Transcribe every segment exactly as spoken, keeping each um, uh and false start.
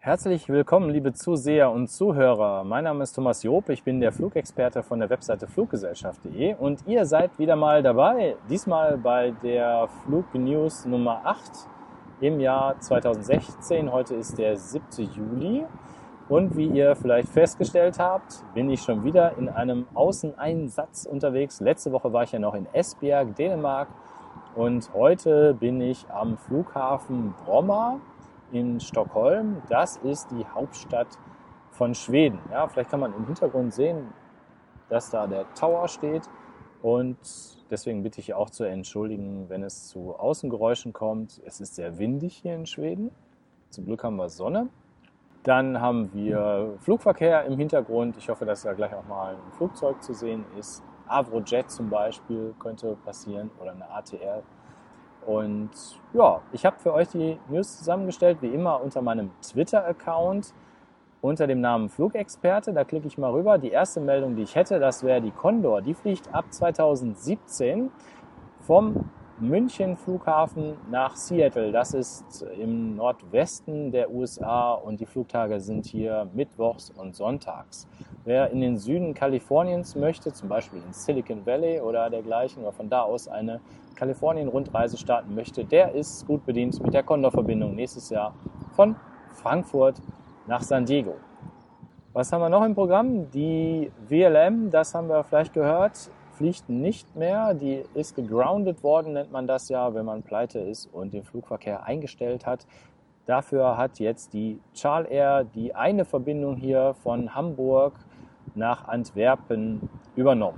Herzlich willkommen, liebe Zuseher und Zuhörer. Mein Name ist Thomas Job, ich bin der Flugexperte von der Webseite fluggesellschaft punkt de und ihr seid wieder mal dabei, diesmal bei der Flugnews Nummer acht im Jahr zweitausendsechzehn. Heute ist der siebte Juli und wie ihr vielleicht festgestellt habt, bin ich schon wieder in einem Außeneinsatz unterwegs. Letzte Woche war ich ja noch in Esbjerg, Dänemark, und heute bin ich am Flughafen Bromma in Stockholm. Das ist die Hauptstadt von Schweden. Ja, vielleicht kann man im Hintergrund sehen, dass da der Tower steht, und deswegen bitte ich auch zu entschuldigen, wenn es zu Außengeräuschen kommt. Es ist sehr windig hier in Schweden. Zum Glück haben wir Sonne. Dann haben wir Flugverkehr im Hintergrund. Ich hoffe, dass da gleich auch mal ein Flugzeug zu sehen ist. Avrojet zum Beispiel könnte passieren oder eine A T R. Und ja, ich habe für euch die News zusammengestellt, wie immer unter meinem Twitter-Account unter dem Namen Flugexperte. Da klicke ich mal rüber. Die erste Meldung, die ich hätte, das wäre die Condor. Die fliegt ab zweitausendsiebzehn vom München Flughafen nach Seattle. Das ist im Nordwesten der U S A und die Flugtage sind hier mittwochs und sonntags. Wer in den Süden Kaliforniens möchte, zum Beispiel in Silicon Valley oder dergleichen, oder von da aus eine Kalifornien-Rundreise starten möchte, der ist gut bedient mit der Condor-Verbindung nächstes Jahr von Frankfurt nach San Diego. Was haben wir noch im Programm? Die W L M, das haben wir vielleicht gehört, fliegt nicht mehr. Die ist gegroundet worden, nennt man das ja, wenn man pleite ist und den Flugverkehr eingestellt hat. Dafür hat jetzt die Charles Air die eine Verbindung hier von Hamburg nach Antwerpen übernommen.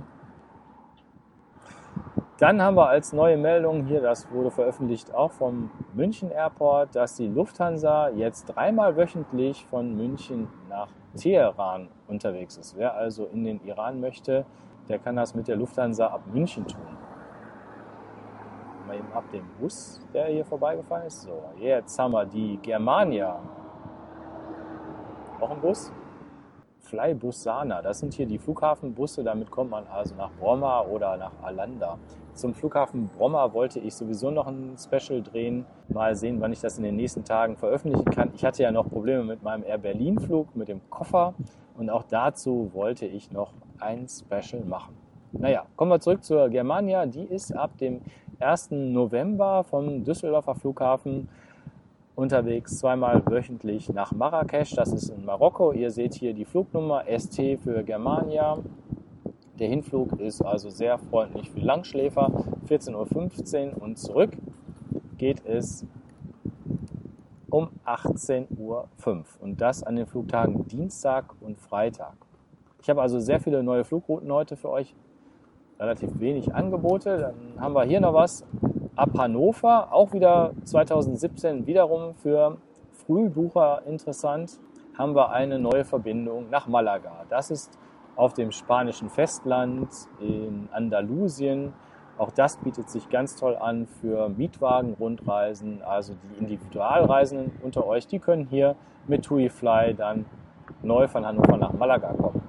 Dann haben wir als neue Meldung hier, das wurde veröffentlicht auch vom München Airport, dass die Lufthansa jetzt dreimal wöchentlich von München nach Teheran unterwegs ist. Wer also in den Iran möchte, der kann das mit der Lufthansa ab München tun. Mal eben ab dem Bus, der hier vorbeigefahren ist. So, jetzt haben wir die Germania. Noch ein Bus? Flybus Sana, das sind hier die Flughafenbusse, damit kommt man also nach Bromma oder nach Arlanda. Zum Flughafen Bromma wollte ich sowieso noch ein Special drehen, mal sehen, wann ich das in den nächsten Tagen veröffentlichen kann. Ich hatte ja noch Probleme mit meinem Air Berlin Flug, mit dem Koffer, und auch dazu wollte ich noch ein Special machen. Naja, kommen wir zurück zur Germania, die ist ab dem ersten November vom Düsseldorfer Flughafen unterwegs, zweimal wöchentlich nach Marrakesch, das ist in Marokko. Ihr seht hier die Flugnummer S T für Germania. Der Hinflug ist also sehr freundlich für Langschläfer, vierzehn Uhr fünfzehn, und zurück geht es um achtzehn Uhr fünf, und das an den Flugtagen Dienstag und Freitag. Ich habe also sehr viele neue Flugrouten heute für euch, relativ wenig Angebote. Dann haben wir hier noch was ab Hannover, auch wieder zweitausendsiebzehn, wiederum für Frühbucher interessant, haben wir eine neue Verbindung nach Malaga. Das ist auf dem spanischen Festland in Andalusien. Auch das bietet sich ganz toll an für Mietwagen-Rundreisen. Also die Individualreisenden unter euch, die können hier mit TuiFly dann neu von Hannover nach Malaga kommen.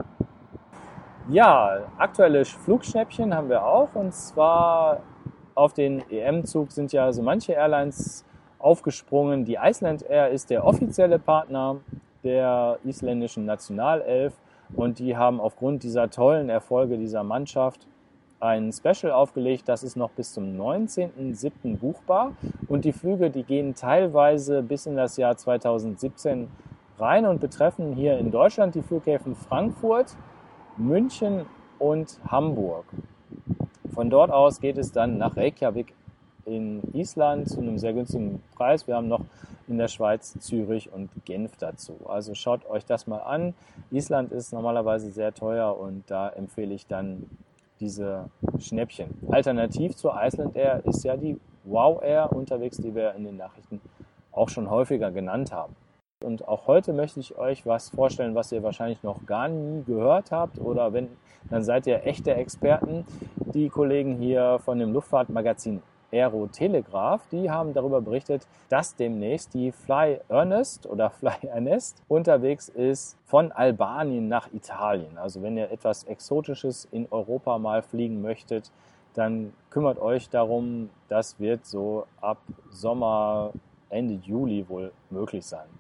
Ja, aktuelle Flugschnäppchen haben wir auch, und zwar auf den E M-Zug sind ja so manche Airlines aufgesprungen. Die Iceland Air ist der offizielle Partner der isländischen Nationalelf, und die haben aufgrund dieser tollen Erfolge dieser Mannschaft ein Special aufgelegt. Das ist noch bis zum neunzehnten siebten buchbar, und die Flüge, die gehen teilweise bis in das Jahr zweitausendsiebzehn rein und betreffen hier in Deutschland die Flughäfen Frankfurt, München und Hamburg. Von dort aus geht es dann nach Reykjavik in Island zu einem sehr günstigen Preis. Wir haben noch in der Schweiz Zürich und Genf dazu. Also schaut euch das mal an. Island ist normalerweise sehr teuer, und da empfehle ich dann diese Schnäppchen. Alternativ zur Iceland Air ist ja die Wow Air unterwegs, die wir in den Nachrichten auch schon häufiger genannt haben. Und auch heute möchte ich euch was vorstellen, was ihr wahrscheinlich noch gar nie gehört habt, oder wenn, dann seid ihr echte Experten. Die Kollegen hier von dem Luftfahrtmagazin Aero Telegraph, die haben darüber berichtet, dass demnächst die Fly Ernest oder Fly Ernest unterwegs ist von Albanien nach Italien. Also wenn ihr etwas Exotisches in Europa mal fliegen möchtet, dann kümmert euch darum. Das wird so ab Sommer, Ende Juli wohl möglich sein.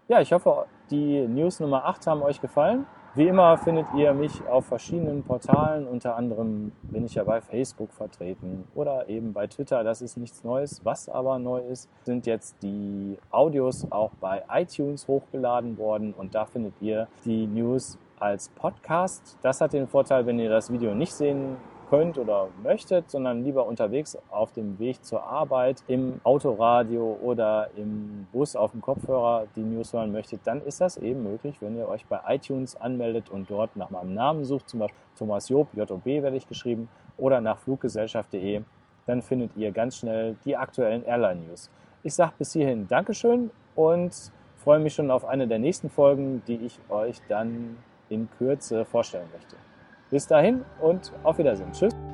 Ja, ich hoffe, die News Nummer acht haben euch gefallen. Wie immer findet ihr mich auf verschiedenen Portalen, unter anderem bin ich ja bei Facebook vertreten oder eben bei Twitter, das ist nichts Neues. Was aber neu ist, sind jetzt die Audios auch bei iTunes hochgeladen worden und da findet ihr die News als Podcast. Das hat den Vorteil, wenn ihr das Video nicht sehen könnt oder möchtet, sondern lieber unterwegs auf dem Weg zur Arbeit, im Autoradio oder im Bus auf dem Kopfhörer die News hören möchtet, dann ist das eben möglich, wenn ihr euch bei iTunes anmeldet und dort nach meinem Namen sucht, zum Beispiel Thomas Job, J O B werde ich geschrieben, oder nach fluggesellschaft punkt de, dann findet ihr ganz schnell die aktuellen Airline-News. Ich sage bis hierhin Dankeschön und freue mich schon auf eine der nächsten Folgen, die ich euch dann in Kürze vorstellen möchte. Bis dahin und auf Wiedersehen. Tschüss.